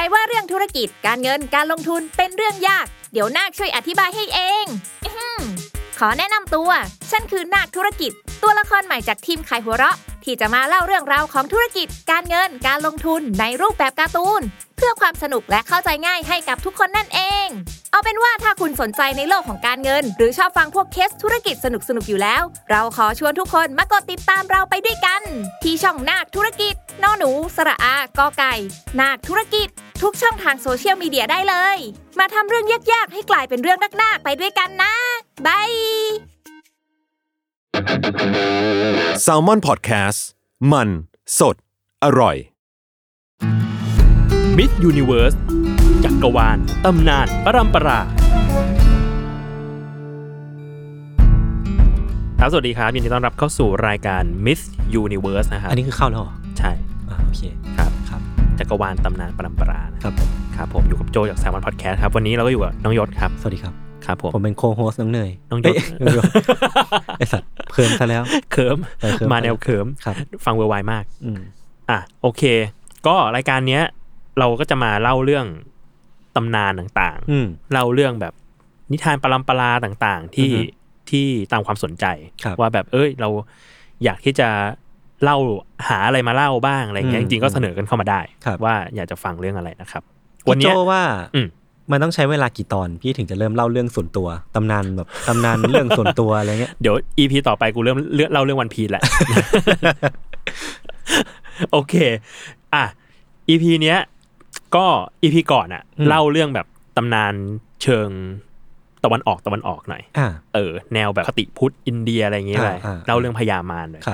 ว่าเรื่องธุรกิจการเงินการลงทุนเป็นเรื่องยากเดี๋ยวนาคช่วยอธิบายให้เองขอแนะนำตัวฉันคือนาคธุรกิจตัวละครใหม่จากทีมขายหัวเราะที่จะมาเล่าเรื่องราวของธุรกิจการเงินการลงทุนในรูปแบบการ์ตูนเพื่อความสนุกและเข้าใจง่ายให้กับทุกคนนั่นเองเอาเป็นว่าถ้าคุณสนใจในโลกของการเงินหรือชอบฟังพวกเคสธุรกิจสนุกอยู่แล้วเราขอชวนทุกคนมากดติดตามเราไปด้วยกันที่ช่องนาคธุรกิจนอหนูสระอากอไก่นาคธุรกิจทุกช่องทางโซเชียลมีเดียได้เลยมาทำเรื่องยากๆให้กลายเป็นเรื่องน่าๆไปด้วยกันนะบาย Salmon Podcast มันสดอร่อย Miss Universe จักรวาลตำนานปรัมปราครับสวัสดีครับยินดีต้อนรับเข้าสู่รายการ Miss Universe นะครับอันนี้คือเข้าแล้วเหรอใช่โอเคครับจักรวาลตำนานปรัมปราครับผมอยู่กับโจจาก Salmon Podcast ครับวันนี้เราก็อยู่กับน้องยศครับสวัสดีครับครับผมเป็นโคโฮสต์น้องเนยน้องยศไอสัตว์เคิร์มซะแล้วเคิร์มมาแนวเคิร์มฟังเวอร์ไวมากโอเคก็รายการเนี้ยเราก็จะมาเล่าเรื่องตำนานต่างๆเล่าเรื่องแบบนิทานปรัมปราต่างๆที่ตามความสนใจว่าแบบเราอยากที่จะเล่าหาอะไรมาเล่าบ้างอะไรเงี้ยจริงๆก็เสนอกันเข้ามาได้ว่าอยากจะฟังเรื่องอะไรนะครับวันนี้โจว่ามันต้องใช้เวลากี่ตอนพี่ถึงจะเริ่มเล่าเรื่องส่วนตัวตำนานแบบตำนานเรื่องส่วนตัวอะไรเงี้ยเดี๋ยว EP ต่อไปกูเริ่มเล่าเรื่องวันพีซแหละ โอเคEP เนี้ยก็ EP ก่อนเล่าเรื่องแบบตำนานเชิงตะวันออกหน่อยแนวแบบคติพุทธอินเดียอะไรอย่างเงี้ยเลยเล่าเรื่องพญามารเลย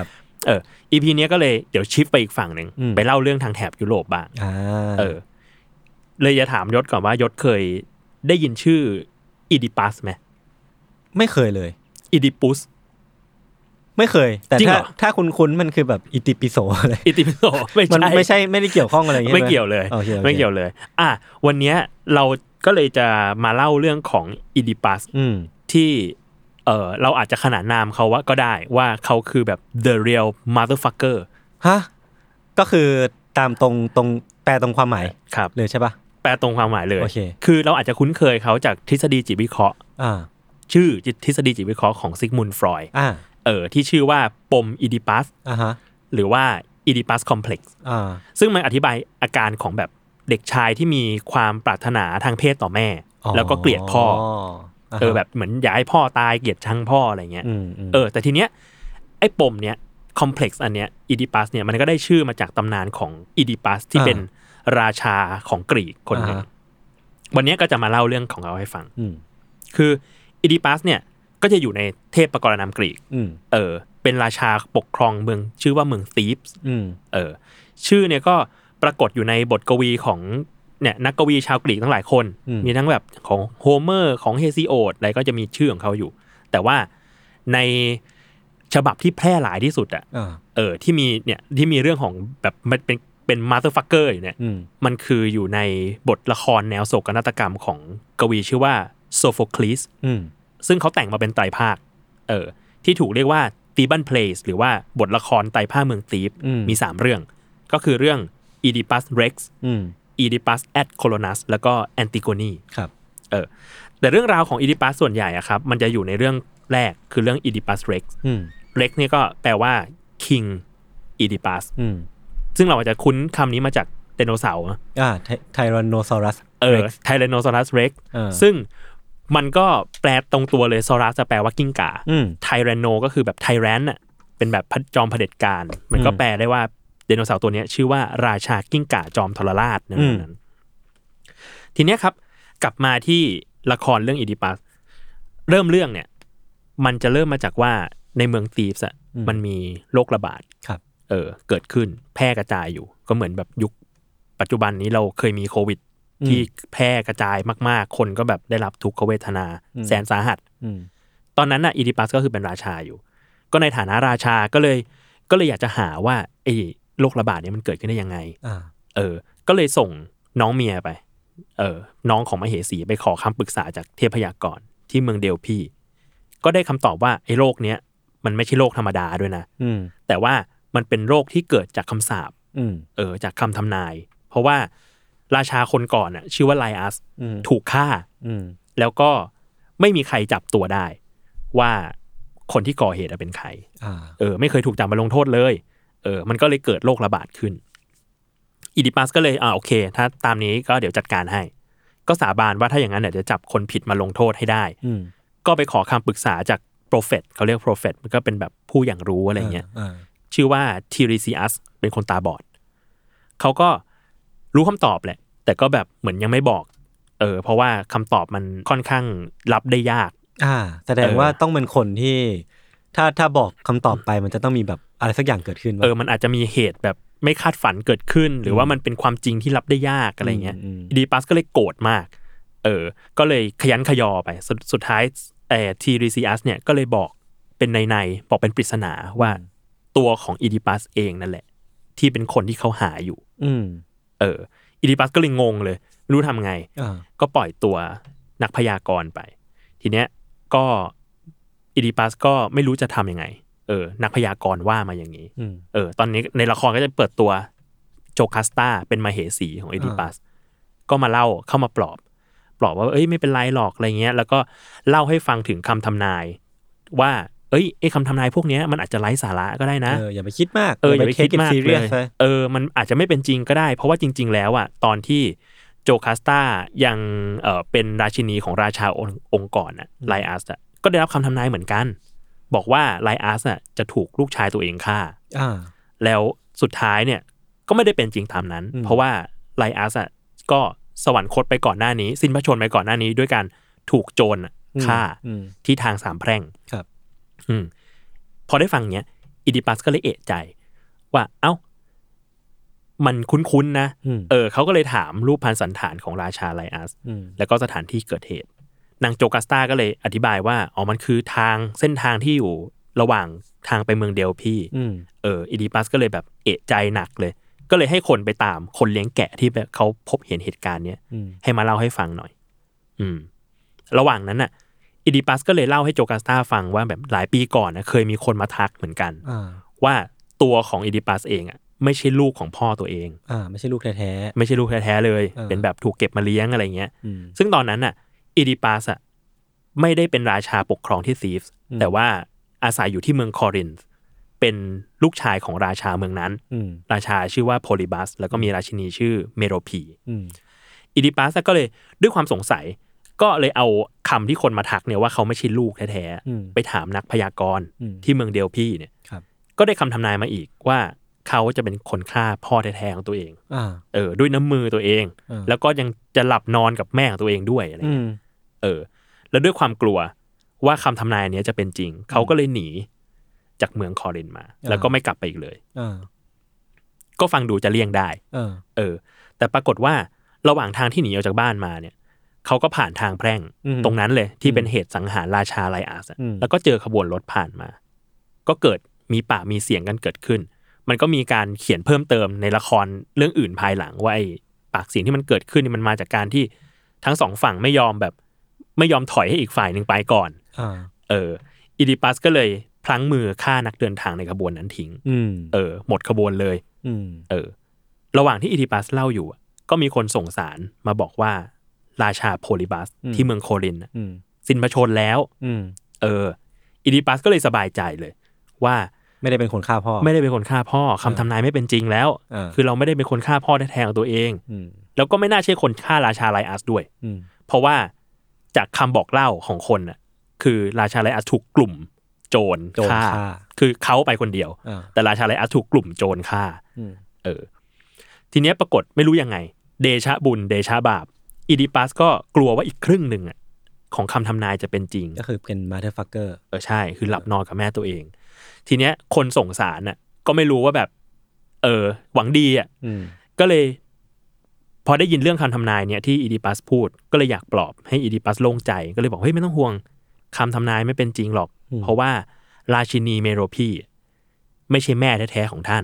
EP เนี้ยก็เลยเดี๋ยวชิฟไปอีกฝั่งนึงไปเล่าเรื่องทางแถบยุโรปบ้างเลยจะถามยศก่อนว่ายศเคยได้ยินชื่ออีดิปัสไหมไม่เคยเลยอีดิปุสไม่เคยแต่ถ้าคุ้นมันคือแบบอิติปิโสอะไรอิติปิโสไม่ใช่ไม่ได้เกี่ยวข้องอะไรอย่างเงี้ยไม่เกี่ยวเลยไม่เกี่ยวเลยวันนี้เราก็เลยจะมาเล่าเรื่องของอีดิปัสที่เราอาจจะขนานนามเขาว่าก็ได้ว่าเขาคือแบบ the real motherfucker ฮะก็คือตามตรงแปลตรงความหมายเลยใช่ป่ะแปลตรงความหมายเลยคือเราอาจจะคุ้นเคยเขาจากทฤษฎีจิตวิเคราะห์ชื่อทฤษฎีจิตวิเคราะห์ของซิกมุนด์ฟรอยด์ที่ชื่อว่าปมอีดิปัสหรือว่าอีดิปัสคอมเพล็กซ์ซึ่งมันอธิบายอาการของแบบเด็กชายที่มีความปรารถนาทางเพศต่อแม่แล้วก็เกลียดพ่อแบบเหมือนอยากให้พ่อตายเกลียดชังพ่ออะไรเงี้ยแต่ทีเนี้ยไอ้ปมเนี้ยคอมเพล็กซ์อันเนี้ยอีดิปัสเนี่ยมันก็ได้ชื่อมาจากตำนานของอีดิปัสที่เป็นราชาของกรีกคนหนึ่งวันนี้ก็จะมาเล่าเรื่องของเขาให้ฟังคืออีดิปัสเนี่ยก็จะอยู่ในเทพกรณามกรีกเป็นราชาปกครองเมืองชื่อว่าเมืองธีฟส์ชื่อเนี่ยก็ปรากฏอยู่ในบทกวีของเนี่ยนักกวีชาวกรีกทั้งหลายคนมีทั้งแบบของโฮเมอร์ของเฮซิโอดอะไรก็จะมีชื่อของเขาอยู่แต่ว่าในฉบับที่แพร่หลายที่สุดที่มีเรื่องของแบบมันเป็นมาสเตอร์ฟักเกอร์อยู่เนี่ยมันคืออยู่ในบทละครแนวโศกนาฏกรรมของกวีชื่อว่าโซโฟคลีสซึ่งเขาแต่งมาเป็นไตรภาคที่ถูกเรียกว่าตีบันเพลย์หรือว่าบทละครไตรภาคเมืองธีฟมี3เรื่องก็คือเรื่องอีดิปัสเร็กซ์อีดิปัสแอดโคโลนัสแล้วก็แอนติโกนีครับแต่เรื่องราวของอีดิปัสส่วนใหญ่อะครับมันจะอยู่ในเรื่องแรกคือเรื่องอีดิปัสเร็กซ์เร็กซ์นี่ก็แปลว่า King อีดิปัสซึ่งเราอาจจะคุ้นคำนี้มาจากไดโนเสาร์ไทแรนโนซอรัสไทแรนโนซอรัสเร็กซ์ซึ่งมันก็แปลตรงตัวเลยซอรัสจะแปลว่ากิ้งก่าไทแรนโนก็คือแบบไทแรนน่ะเป็นแบบจอมเผด็จการมันก็แปลได้ว่าไดโนเสาร์ตัวนี้ชื่อว่าราชากิ้งก่าจอมทรราชนั้นทีเนี้ยครับกลับมาที่ละครเรื่องอีดิปัสเริ่มเรื่องเนี่ยมันจะเริ่มมาจากว่าในเมืองธีฟส์มันมีโรคระบาดเกิดขึ้นแพร่กระจายอยู่ก็เหมือนแบบยุคปัจจุบันนี้เราเคยมีโควิดที่แพร่กระจายมากๆคนก็แบบได้รับทุกขเวทนาแสนสาหัสตอนนั้นน่ะอีดิปัสก็คือเป็นราชาอยู่ก็ในฐานะราชาก็เลยอยากจะหาว่าไอ้โรคระบาดนี้มันเกิดขึ้นได้ยังไงก็เลยส่งน้องเมียไปน้องของมเหสีไปขอคำปรึกษาจากเทพยากรที่เมืองเดลพีก็ได้คำตอบว่าไอ้โรคเนี้ยมันไม่ใช่โรคธรรมดาด้วยนะแต่ว่ามันเป็นโรคที่เกิดจากคำสาปจากคำทำนายเพราะว่าราชาคนก่อนน่ะชื่อว่าไลอัสถูกฆ่าแล้วก็ไม่มีใครจับตัวได้ว่าคนที่ก่อเหตุเป็นใครไม่เคยถูกจับมาลงโทษเลยมันก็เลยเกิดโรคระบาดขึ้นอีดิปัสก็เลยโอเคถ้าตามนี้ก็เดี๋ยวจัดการให้ก็สาบานว่าถ้าอย่างนั้นเดี๋ยวจะจับคนผิดมาลงโทษให้ได้ก็ไปขอคำปรึกษาจากโปรเฟตเขาเรียกโปรเฟตมันก็เป็นแบบผู้อย่างรู้อะไรเงี้ยชื่อว่าทีริซิอัสเป็นคนตาบอดเขาก็รู้คำตอบแหละแต่ก็แบบเหมือนยังไม่บอกเพราะว่าคำตอบมันค่อนข้างรับได้ยากแสดงว่าต้องเป็นคนที่ถ้าบอกคำตอบไปมันจะต้องมีแบบอะไรสักอย่างเกิดขึ้นมันอาจจะมีเหตุแบบไม่คาดฝันเกิดขึ้นหรือว่ามันเป็นความจริงที่รับได้ยากอะไรเงี้ยอีดิปัสก็เลยโกรธมากก็เลยขยันขยอไปสุดท้ายทีริซิอัสเนี่ยก็เลยบอกเป็นในบอกเป็นปริศนาว่าตัวของอีดิปัสเองนั่นแหละที่เป็นคนที่เขาหาอยู่อีดิปัสก็เลยงงเลยไม่รู้ทำไงก็ปล่อยตัวนักพยากรณ์ไปทีเนี้ยก็อีดิปัสก็ไม่รู้จะทำยังไงนักพยากรณ์ว่ามาอย่างนี้ตอนนี้ในละครก็จะเปิดตัวโจคัสตาเป็นมเหสีของอีดิปัสก็มาเล่าเข้ามาปลอบว่าไม่เป็นไรหรอกอะไรเงี้ยแล้วก็เล่าให้ฟังถึงคำทำนายว่าไอ้คำทำนายพวกนี้มันอาจจะไร้สาระก็ได้นะอย่าไปคิดมากอย่าไปคิดมากเลยมันอาจจะไม่เป็นจริงก็ได้เพราะว่าจริงๆแล้วอ่ะตอนที่โจคัสตายังเป็นราชินีของราชาองค์ก่อนน่ะไลอัสอ่ะก็ได้รับคำทำนายเหมือนกันบอกว่าไลอัสอ่ะจะถูกลูกชายตัวเองฆ่าแล้วสุดท้ายเนี่ยก็ไม่ได้เป็นจริงตามนั้นเพราะว่าไลอัสอ่ะก็สวรรคตไปก่อนหน้านี้สิ้นพระชนม์ไปก่อนหน้านี้ด้วยการถูกโจรฆ่าที่ทางสามแพร่งครับพอได้ฟังเนี้ยอีดิปัสก็เลยเอะใจว่ามันคุ้นๆนะเขาก็เลยถามรูปพรรณสันฐานของราชาไลอัสแล้วก็สถานที่เกิดเหตุนางโจกัสตาก็เลยอธิบายว่ามันคือเส้นทางที่อยู่ระหว่างทางไปเมืองเดลพีอีดิปัสก็เลยแบบเอะใจหนักเลยก็เลยให้คนไปตามคนเลี้ยงแกะที่แบบเขาพบเห็นเหตุการณ์เนี้ยให้มาเล่าให้ฟังหน่อยระหว่างนั้นน่ะอีดิปัสก็เลยเล่าให้โจกัสตาฟังว่าแบบหลายปีก่อนนะเคยมีคนมาทักเหมือนกันว่าตัวของอีดิปัสเองอ่ะไม่ใช่ลูกของพ่อตัวเองไม่ใช่ลูกแท้ๆไม่ใช่ลูกแท้ๆเลยเป็นแบบถูกเก็บมาเลี้ยงอะไรเงี้ยซึ่งตอนนั้นน่ะอีดิปัสอ่ะไม่ได้เป็นราชาปกครองที่ซีฟส์แต่ว่าอาศัยอยู่ที่เมืองคอรินธ์เป็นลูกชายของราชาเมืองนั้นราชาชื่อว่าโพลิบัสแล้วก็มีราชินีชื่อเมโรพีอีดิปัสก็เลยด้วยความสงสัยก็เลยเอาคำที่คนมาทักเนี่ยว่าเขาไม่ใช่ลูกแท้ๆไปถามนักพยากรณ์ที่เมืองเดลพีเนี่ยก็ได้คำทำนายมาอีกว่าเขาจะเป็นคนฆ่าพ่อแท้ๆของตัวเองด้วยน้ำมือตัวเองแล้วก็ยังจะหลับนอนกับแม่ของตัวเองด้วยอะไรเงี้ยแล้วด้วยความกลัวว่าคำทำนายนี้จะเป็นจริงเขาก็เลยหนีจากเมืองคอรินมาแล้วก็ไม่กลับไปอีกเลยก็ฟังดูจะเลี่ยงได้แต่ปรากฏว่าระหว่างทางที่หนีออกจากบ้านมาเนี่ยเขาก็ผ่านทางแพร่งตรงนั้นเลยที่เป็นเหตุสังหารราชาไลอัสแล้วก็เจอขบวนรถผ่านมาก็เกิดมีปากมีเสียงกันเกิดขึ้นมันก็มีการเขียนเพิ่มเติมในละครเรื่องอื่นภายหลังว่าไอ้ปากเสียงที่มันเกิดขึ้นนี่มันมาจากการที่ทั้งสองฝั่งไม่ยอมถอยให้อีกฝ่ายนึงไปก่อนอีดิปัสก็เลยพลั้งมือฆ่านักเดินทางในขบวนนั้นทิ้งหมดขบวนเลยระหว่างที่อีดิปัสเล่าอยู่ก็มีคนส่งสารมาบอกว่าราชาโพลิบัสที่เมืองโครินสิ้นพระชนม์แล้วอีดิปัสก็เลยสบายใจเลยว่าไม่ได้เป็นคนฆ่าพ่อคำทำนายไม่เป็นจริงแล้วคือเราไม่ได้เป็นคนฆ่าพ่อแท้ๆของตัวเองแล้วก็ไม่น่าใช่คนฆ่าราชาไลอัสด้วยเพราะว่าจากคำบอกเล่าของคนน่ะคือราชาไลอัสถูกกลุ่มโจรฆ่าคือเขาไปคนเดียวแต่ราชาไลอัสถูกกลุ่มโจรฆ่าทีเนี้ยปรากฏไม่รู้ยังไงเดชะบุญเดชะบาปอีดิปัสก็กลัวว่าอีกครึ่งนึงอ่ะของคำทำนายจะเป็นจริงก็คือเป็นมาเธอร์ฟักเกอร์ใช่คือหลับนอนกับแม่ตัวเองทีเนี้ยคนส่งสารน่ะก็ไม่รู้ว่าแบบหวังดีอ่ะก็เลยพอได้ยินเรื่องคำทำนายเนี่ยที่อีดิปัสพูดก็เลยอยากปลอบให้อีดิปัสโล่งใจก็เลยบอกเฮ้ยไม่ต้องห่วงคำทำนายไม่เป็นจริงหรอกเพราะว่าราชินีเมโรพีไม่ใช่แม่แท้ๆของท่าน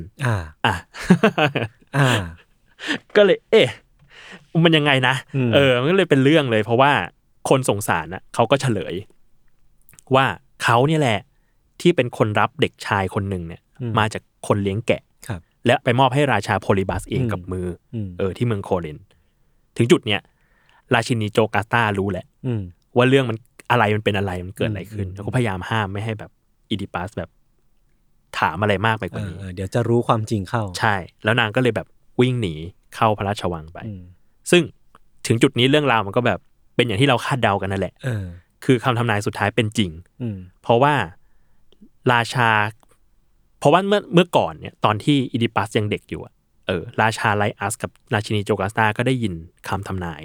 ก็เลยมันยังไงนะมันก็เลยเป็นเรื่องเลยเพราะว่าคนส่งสารน่ะเขาก็เฉลยว่าเขาเนี่ยแหละที่เป็นคนรับเด็กชายคนหนึ่งเนี่ยมาจากคนเลี้ยงแกะและไปมอบให้ราชาโพลิบัสเองกับมือที่เมืองโครินถึงจุดเนี้ยราชินีโจกาตารู้แหละว่าเรื่องมันอะไรมันเป็นอะไรมันเกิดอะไรขึ้นแล้วก็พยายามห้ามไม่ให้แบบอีดิปัสแบบถามอะไรมากไปกว่านี้เดี๋ยวจะรู้ความจริงเข้าใช่แล้วนางก็เลยแบบวิ่งหนีเข้าพระราชวังไปซึ่งถึงจุดนี้เรื่องราวมันก็แบบเป็นอย่างที่เราคาดเดากันนั่นแหละคือคำทำนายสุดท้ายเป็นจริงเพราะว่าราชาเพราะว่าเมื่อก่อนเนี่ยตอนที่อีดิปัสยังเด็กอยู่ราชาไลอัสกับราชินีโจกาสตาก็ได้ยินคำทำนาย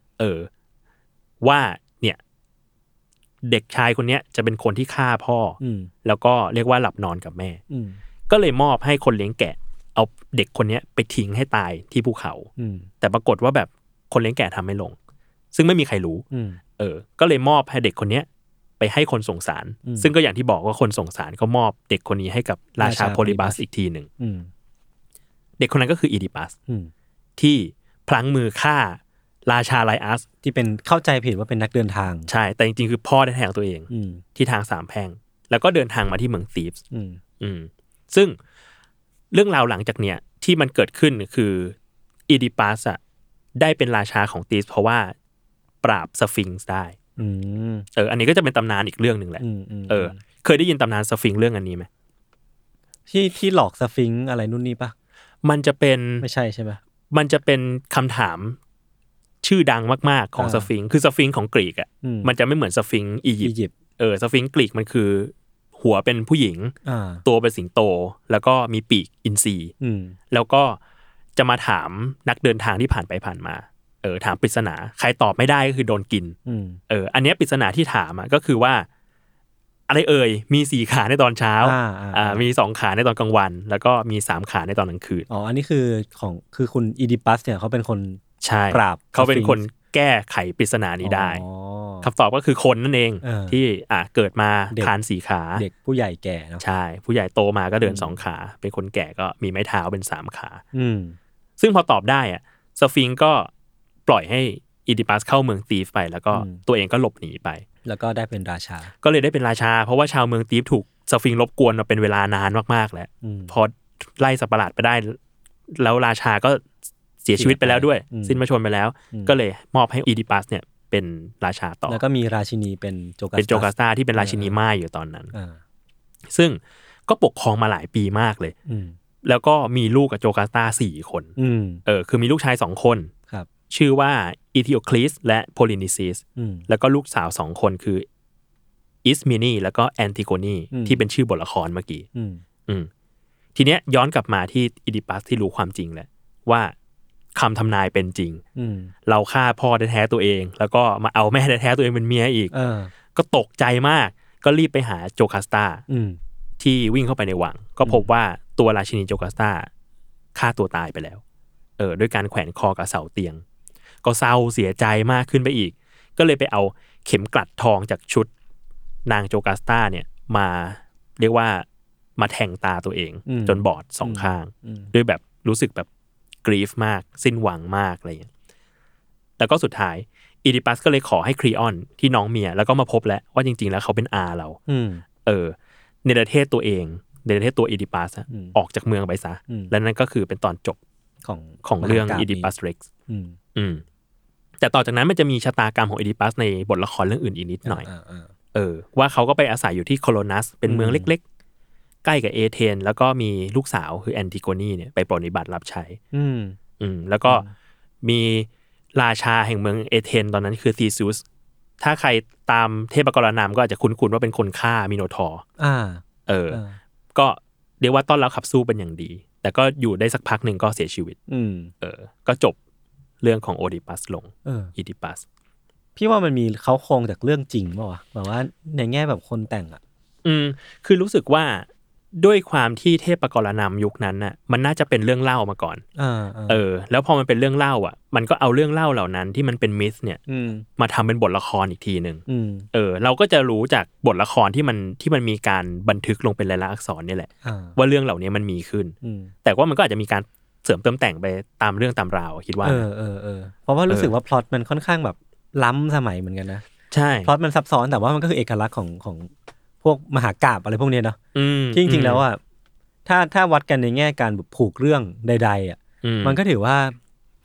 ว่าเนี่ยเด็กชายคนนี้จะเป็นคนที่ฆ่าพ่อแล้วก็เรียกว่าหลับนอนกับแม่ก็เลยมอบให้คนเลี้ยงแกะเอาเด็กคนนี้ไปทิ้งให้ตายที่ภูเขาแต่ปรากฏว่าแบบคนเลี้ยงแกะทำไม่ลงซึ่งไม่มีใครรู้ก็เลยมอบให้เด็กคนนี้ไปให้คนส่งสารซึ่งก็อย่างที่บอกว่าคนส่งสารก็มอบเด็กคนนี้ให้กับราชาโพลิบัสอีกทีหนึ่งเด็กคนนั้นก็คืออีดิปัสที่พลั้งมือฆ่าราชาไลอัสที่เป็นเข้าใจผิดว่าเป็นนักเดินทางใช่แต่จริงๆคือพ่อแท้ๆของตัวเองที่ทางสามแพร่งแล้วก็เดินทางมาที่เมืองธีฟส์ซึ่งเรื่องราวหลังจากเนี้ยที่มันเกิดขึ้นคืออีดิปัสได้เป็นราชาของธีฟส์เพราะว่าปราบสฟิงซ์ได้อันนี้ก็จะเป็นตำนานอีกเรื่องนึงแหละเคยได้ยินตำนานสฟิงซ์เรื่องอันนี้ไหมที่หลอกสฟิงซ์อะไรนู่นนี่ปะมันจะเป็นไม่ใช่ใช่ไหมมันจะเป็นคำถามชื่อดังมากๆของสฟิงค์คือสฟิงค์ของกรีกมันจะไม่เหมือนสฟิงค์อียิปต์สฟิงค์กรีกมันคือหัวเป็นผู้หญิงตัวเป็นสิงโตแล้วก็มีปีกอินทรีแล้วก็จะมาถามนักเดินทางที่ผ่านไปผ่านมาถามปริศนาใครตอบไม่ได้ก็คือโดนกินอันนี้ปริศนาที่ถามก็คือว่าอะไรมี4ขาในตอนเช้ามี2ขาในตอนกลางวันแล้วก็มี3ขาในตอนกลางคืนอันนี้คือคุณอีดิปัสเนี่ยเขาเป็นคนปราบเขาเป็นคนแก้ไขปริศนานี้ได้คำตอบก็คือคนนั่นเองที่เกิดมาทาน4ขาเด็กผู้ใหญ่แก่เนาะใช่ผู้ใหญ่โตมาก็เดิน2ขาเป็นคนแก่ก็มีไม้เท้าเป็น3ขาซึ่งพอตอบได้สฟิงค์ก็ปล่อยให้อีดิปัสเข้าเมืองธีฟไปแล้วก็ตัวเองก็หลบหนีไปแล้วก็ได้เป็นราชาก็เลยได้เป็นราชาเพราะว่าชาวเมืองธีฟถูกสฟิงค์รบกวนมาเป็นเวลานานมากๆแล้วพอไล่สัตว์ประหลาดไปได้แล้วราชาก็เสียชีวิตไปแล้วด้วยสิ้นพระชนม์ไปแล้วก็เลยมอบให้อีดิปัสเนี่ยเป็นราชาต่อแล้วก็มีราชินีเป็นโจกาสตาที่เป็นราชินีม่ายอยู่ตอนนั้นซึ่งก็ปกครองมาหลายปีมากเลยแล้วก็มีลูกกับโจกาสตา4 คนคือมีลูกชาย2 คนชื่อว่าอีธิโอคลิสและโพลินิซิสแล้วก็ลูกสาว2 คนคืออิสมินีแล้วก็แอนติโกนีที่เป็นชื่อบทละครเมื่อกี้ทีเนี้ยย้อนกลับมาที่อีดิปัสที่รู้ความจริงแล้วว่าคำทำนายเป็นจริงเราฆ่าพ่อแท้ๆตัวเองแล้วก็มาเอาแม่แท้ๆตัวเองเป็นเมียอีกก็ตกใจมากก็รีบไปหาโจกาสตาที่วิ่งเข้าไปในวังก็พบว่าตัวราชินีโจกาสตาฆ่าตัวตายไปแล้วด้วยการแขวนคอกับเสาเตียงก็เศร้าเสียใจมากขึ้นไปอีกก็เลยไปเอาเข็มกลัดทองจากชุดนางโจกาสตาเนี่ยมาเรียกว่ามาแทงตาตัวเองจนบอด2 ข้างด้วยแบบรู้สึกแบบกรีฟมากสิ้นหวังมากอะไรอย่างเงี้ยแล้วก็สุดท้ายอีดิปัสก็เลยขอให้ครีออนที่น้องเมียแล้วก็มาพบแล้วว่าจริงๆแล้วเขาเป็นอาเราเนรเทศตัวเองเนรเทศตัวอีดิปัสออกจากเมืองไปซะและนั่นก็คือเป็นตอนจบของเรื่องอีดิปัสเร็กซ์แต่ต่อจากนั้นมันจะมีชะตากรรมของอีดิปัสในบทละครเรื่องอื่นอีกนิดหน่อยว่าเขาก็ไปอาศัยอยู่ที่โคโลนัสเป็นเมืองเล็กๆใกล้กับเอเธนแล้วก็มีลูกสาวคือแอนติโกนีเนี่ยไปปรนนิบัติรับใช้แล้วก็มีราชาแห่งเมืองเอเธนตอนนั้นคือธีซุสถ้าใครตามเทพกรณามก็อาจจะคุ้นๆว่าเป็นคนฆ่ามิโนทอร์ก็เรียกว่าต้อนรับขับสู้เป็นอย่างดีแต่ก็อยู่ได้สักพักหนึ่งก็เสียชีวิตก็จบเรื่องของโอดิปัสลงอีดิปัสพี่ว่ามันมีเขาโครงจากเรื่องจริงป่ะวะแบบว่าในแง่แบบคนแต่งคือรู้สึกว่าด้วยความที่เทพกรณามยุคนั้นน่ะมันน่าจะเป็นเรื่องเล่ามาก่อนแล้วพอมันเป็นเรื่องเล่ามันก็เอาเรื่องเล่าเหล่านั้นที่มันเป็นมิธเนี่ยมาทำเป็นบทละครอีกทีนึงเราก็จะรู้จากบทละครที่มันมีการบันทึกลงเป็นลายลักษณ์อักษรนี่แหละว่าเรื่องเหล่านี้มันมีขึ้นแต่ว่ามันก็อาจจะมีการเสริมเติมแต่งไปตามเรื่องตามราวคิดว่าเพราะว่ารู้สึกว่าพล็อตมันค่อนข้างแบบล้ำสมัยเหมือนกันนะใช่พล็อตมันซับซ้อนแต่ว่ามันก็คือเอกลักษณ์ของพวกมหากาพย์อะไรพวกนี้เนาะที่จริงๆแล้วถ้าวัดกันในแง่การแบบผูกเรื่องใดๆมันก็ถือว่า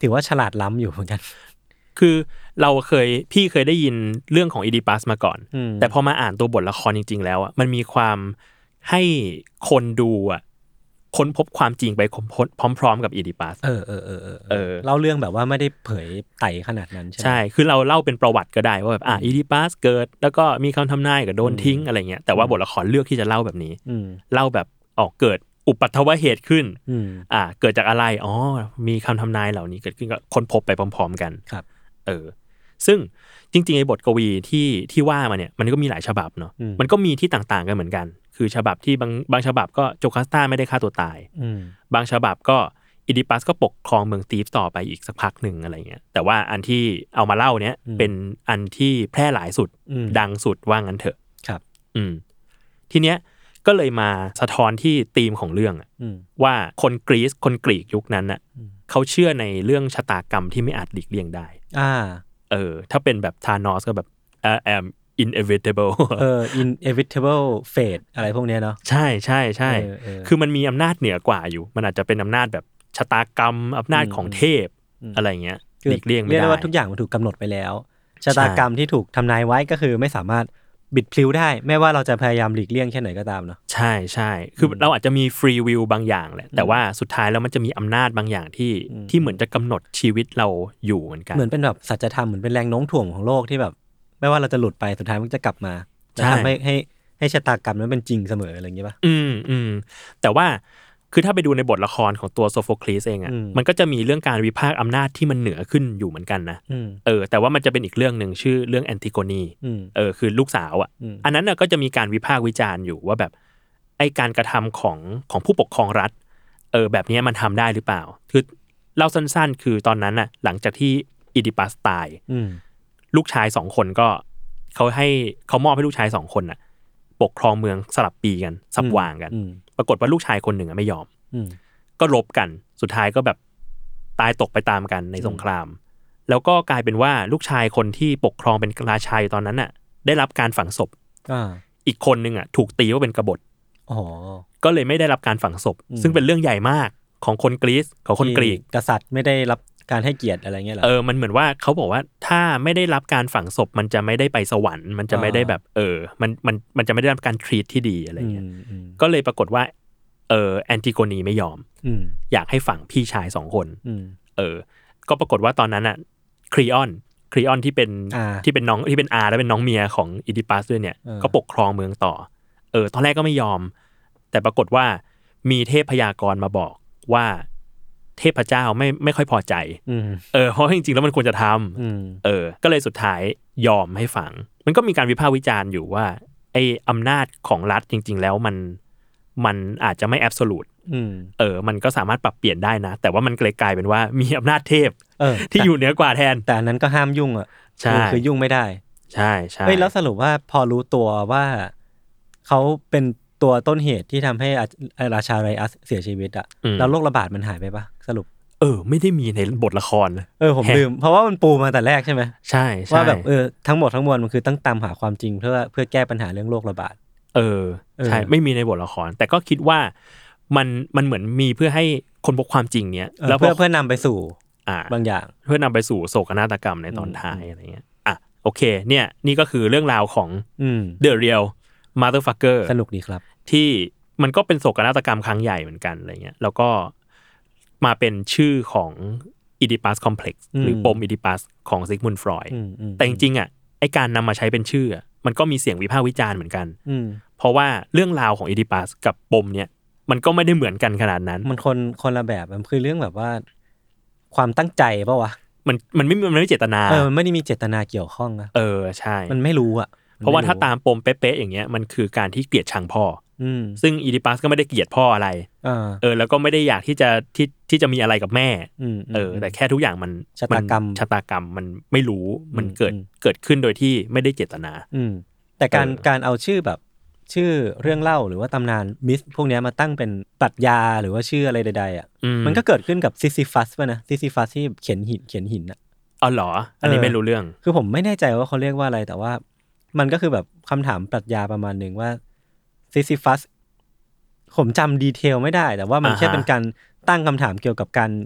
ถือว่าฉลาดล้ำอยู่เหมือนกันคือพี่เคยได้ยินเรื่องของอีดิปัสมาก่อนแต่พอมาอ่านตัวบทละครจริงๆแล้วอ่ะมันมีความให้คนดูอ่ะค้นพบความจริงไปพร้อมๆกับอีดิปัสเล่าเรื่องแบบว่าไม่ได้เผยไต่ขนาดนั้นใช่คือเราเล่าเป็นประวัติก็ได้ว่าแบบอีดิปัสเกิดแล้วก็มีคำทำนายกับโดนทิ้งอะไรเงี้ยแต่ว่าบทละครเลือกที่จะเล่าแบบนี้เล่าแบบเกิดอุปัตถวเหตุขึ้นเกิดจากอะไรมีคำทำนายเหล่านี้เกิดขึ้นก็ค้นพบไปพร้อมๆกันครับซึ่งจริงๆไอ้บทกวีที่ว่ามาเนี่ยมันก็มีหลายฉบับเนาะมันก็มีที่ต่างๆกันเหมือนกันคือฉบับที่บางฉบับก็โจคัสตาไม่ได้ฆ่าตัวตายบางฉบับก็อีดิปัสก็ปกครองเมืองธีฟส์ต่อไปอีกสักพักหนึ่งอะไรเงี้ยแต่ว่าอันที่เอามาเล่าเนี้ยเป็นอันที่แพร่หลายสุดดังสุดว่างั้นเถอะครับทีเนี้ยก็เลยมาสะท้อนที่ธีมของเรื่องว่าคนกรีกยุคนั้นน่ะเขาเชื่อในเรื่องชะตากรรมที่ไม่อาจหลีกเลี่ยงได้ถ้าเป็นแบบธานอสก็แบบ am inevitable inevitable fate อะไรพวกนี้เนาะใช่คือมันมีอำนาจเหนือกว่าอยู่มันอาจจะเป็นอำนาจแบบชะตากรรมอำนาจของเทพอะไรเงี้ยหลีกเลี่ยงไม่ได้เรียกว่าทุกอย่างมันถูกกำหนดไปแล้วชะตากรรมที่ถูกทำนายไว้ก็คือไม่สามารถบิดพลิ้วได้แม้ว่าเราจะพยายามหลีกเลี่ยงแค่ไหนก็ตามเนาะใช่คือเราอาจจะมีฟรีวิลบางอย่างแหละแต่ว่าสุดท้ายแล้วมันจะมีอำนาจบางอย่างที่เหมือนจะกำหนดชีวิตเราอยู่เหมือนกันเหมือนเป็นแบบสัจธรรมเหมือนเป็นแรงโน้มถ่วงของโลกที่แบบไม่ว่าเราจะหลุดไปสุดท้ายมันจะกลับมาทำให้ชะตากรรมนั้นเป็นจริงเสมออะไรอย่างเงี้ยป่ะแต่ว่าคือถ้าไปดูในบทละครของตัวโซโฟคลีสเองอ่ะมันก็จะมีเรื่องการวิพากษ์อำนาจที่มันเหนือขึ้นอยู่เหมือนกันนะแต่ว่ามันจะเป็นอีกเรื่องนึงชื่อเรื่องแอนติโกนีคือลูกสาวอ่ะอันนั้นน่ะก็จะมีการวิพากษ์วิจารณ์อยู่ว่าแบบไอ้การกระทำของผู้ปกครองรัฐแบบนี้มันทำได้หรือเปล่าคือเล่าสั้นๆคือตอนนั้นน่ะหลังจากที่อีดิปัสตายลูกชาย2คนก็เขามอบให้ลูกชาย2คนน่ะปกครองเมืองสลับปีกันสับวางกันปรากฏว่าลูกชายคนหนึ่งไม่ยอมก็รบกันสุดท้ายก็แบบตายตกไปตามกันในสงครามแล้วก็กลายเป็นว่าลูกชายคนที่ปกครองเป็นราชาตอนนั้นน่ะได้รับการฝังศพอีกคนนึงถูกตีว่าเป็นกบฏก็เลยไม่ได้รับการฝังศพซึ่งเป็นเรื่องใหญ่มากของคนกรีซของคนกรีกกษัตริย์ไม่ได้รับการให้เกียรติอะไรเงี้ยหรอมันเหมือนว่าเขาบอกว่าถ้าไม่ได้รับการฝังศพมันจะไม่ได้ไปสวรรค์มันจะไม่ได้แบบมันจะไม่ได้รับการทรีตที่ดีอะไรเงี้ยก็เลยปรากฏว่าแอนติโกนีไม่ยอมอยากให้ฝังพี่ชาย2คนก็ปรากฏว่าตอนนั้นน่ะครีออนที่เป็นน้องที่เป็นอาและเป็นน้องเมียของอีดิปัสด้วยเนี่ยก็ปกครองเมืองต่อตอนแรกก็ไม่ยอมแต่ปรากฏว่ามีเทพพยากรณ์มาบอกว่าเทพเจ้าไม่ค่อยพอใจเพราะจริงๆแล้วมันควรจะทำก็เลยสุดท้ายยอมให้ฝังมันก็มีการวิพากษ์วิจารณ์อยู่ว่าไอ้อำนาจของรัฐจริงๆแล้วมันอาจจะไม่แอบโซลูทมันก็สามารถปรับเปลี่ยนได้นะแต่ว่ามันกลายเป็นว่ามีอำนาจเทพที่อยู่เหนือกว่าแทนแต่อันนั้นก็ห้ามยุ่งคือยุ่งไม่ได้ใช่แล้วสรุปว่าพอรู้ตัวว่าเขาเป็นตัวต้นเหตุที่ทำให้ราชาไรอัสเสียชีวิตแล้วโรคระบาดมันหายไปปะสรุปไม่ได้มีในบทละครผมลืมเพราะว่ามันปูมาแต่แรกใช่ไหมใช่ว่าแบบทั้งหมดทั้งมวลมันคือต้องตามหาความจริงเพื่อแก้ปัญหาเรื่องโรคระบาดใช่ไม่มีในบทละครแต่ก็คิดว่ามันเหมือนมีเพื่อให้คนพบความจริงเนี้ยแล้วเพื่อนำไปสู่บางอย่างเพื่อนำไปสู่โศกนาฏกรรมในตอนท้ายอะไรเงี้ยโอเคเนี่ยนี่ก็คือเรื่องราวของ The Real Motherfucker สนุกดีครับที่มันก็เป็นโศกนาฏกรรมครั้งใหญ่เหมือนกันอะไรเงี้ยแล้วก็มาเป็นชื่อของ Oedipus Complex หรือปม Oedipus ของซิกมุนด์ฟรอยด์แต่จริงๆไอ้การนำมาใช้เป็นชื่อมันก็มีเสียงวิพากษ์วิจารณ์เหมือนกันเพราะว่าเรื่องราวของ Oedipus กับปมเนี่ยมันก็ไม่ได้เหมือนกันขนาดนั้นมันคนละแบบมันคือเรื่องแบบว่าความตั้งใจป่ะวะมันไม่เจตนามันไม่ได้มีเจตนาเกี่ยวข้องนะใช่มันไม่รู้เพราะว่าถ้าตามปมเป๊ะๆอย่างเงี้ยมันคือการที่เกลียดชังพ่อซึ่งอีดิปัสก็ไม่ได้เกลียดพ่ออะไรแล้วก็ไม่ได้อยากที่จะมีอะไรกับแม่แต่แค่ทุกอย่างมันชะตากรรมมันไม่รู้มันเกิดขึ้นโดยที่ไม่ได้เจตนาแต่การเอาชื่อแบบชื่อเรื่องเล่าหรือว่าตำนานมิสพวกนี้มาตั้งเป็นปรัชญาหรือว่าชื่ออะไรใดๆมันก็เกิดขึ้นกับซิซิฟัสป่ะนะซิซิฟัสที่เขียนหินเหรออันนี้ไม่รู้เรื่องคือผมไม่แน่ใจว่าเขาเรียกว่าอะไรแต่ว่ามันก็คือแบบคำถามปรัชญาประมาณนึงว่าซิซิฟัสผมจำดีเทลไม่ได้แต่ว่ามันแค่เป็นการตั้งคำถามเกี่ยวกับการ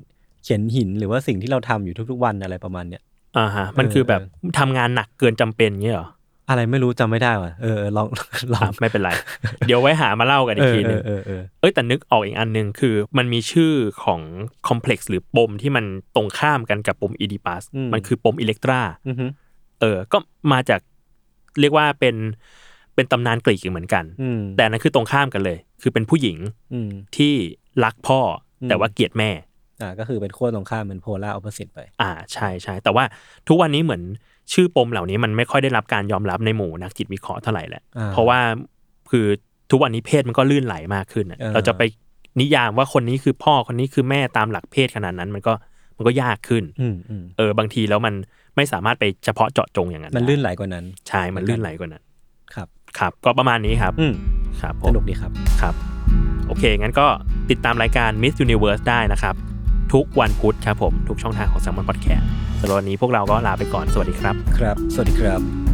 เขียนหินหรือว่าสิ่งที่เราทำอยู่ทุกๆวันอะไรประมาณเนี้ยฮะมันคือแบบทำงานหนักเกินจำเป็นเงี้ยเหรออะไรไม่รู้จำไม่ได้ว่ะลองไม่เป็นไร เดี๋ยวไว้หามาเล่ากันอีกทีนึงแต่นึกออกอีกอันนึงคือมันมีชื่อของคอมเพล็กซ์หรือปมที่มันตรงข้ามกันกับปมอีดิปัสมันคือปมอิเล็กตราก็มาจากเรียกว่าเป็นตำนานกรีกเหมือนกันแต่นั้นคือตรงข้ามกันเลยคือเป็นผู้หญิงที่รักพ่อแต่ว่าเกลียดแม่ก็คือเป็นขั้วตรงข้ามเป็นโพลาร์ออปโพสิตไปใช่แต่ว่าทุกวันนี้เหมือนชื่อปมเหล่านี้มันไม่ค่อยได้รับการยอมรับในหมู่นักจิตวิเคราะห์เท่าไหร่แหละเพราะว่าคือทุกวันนี้เพศมันก็ลื่นไหลมากขึ้นเราจะไปนิยามว่าคนนี้คือพ่อคนนี้คือแม่ตามหลักเพศขนาดนั้นมันก็ยากขึ้นบางทีแล้วมันไม่สามารถไปเฉพาะเจาะจงอย่างนั้นมันลื่นไหลกว่านั้นใช่มันลื่นไหลกว่านั้นครับก็ประมาณนี้ครับครับสนุกดีครับโอเคงั้นก็ติดตามรายการ Miss Universe ได้นะครับทุกวันพุธครับผมทุกช่องทางของ Salmon Podcast สำหรับวันนี้พวกเราก็ลาไปก่อนสวัสดีครับครับสวัสดีครับ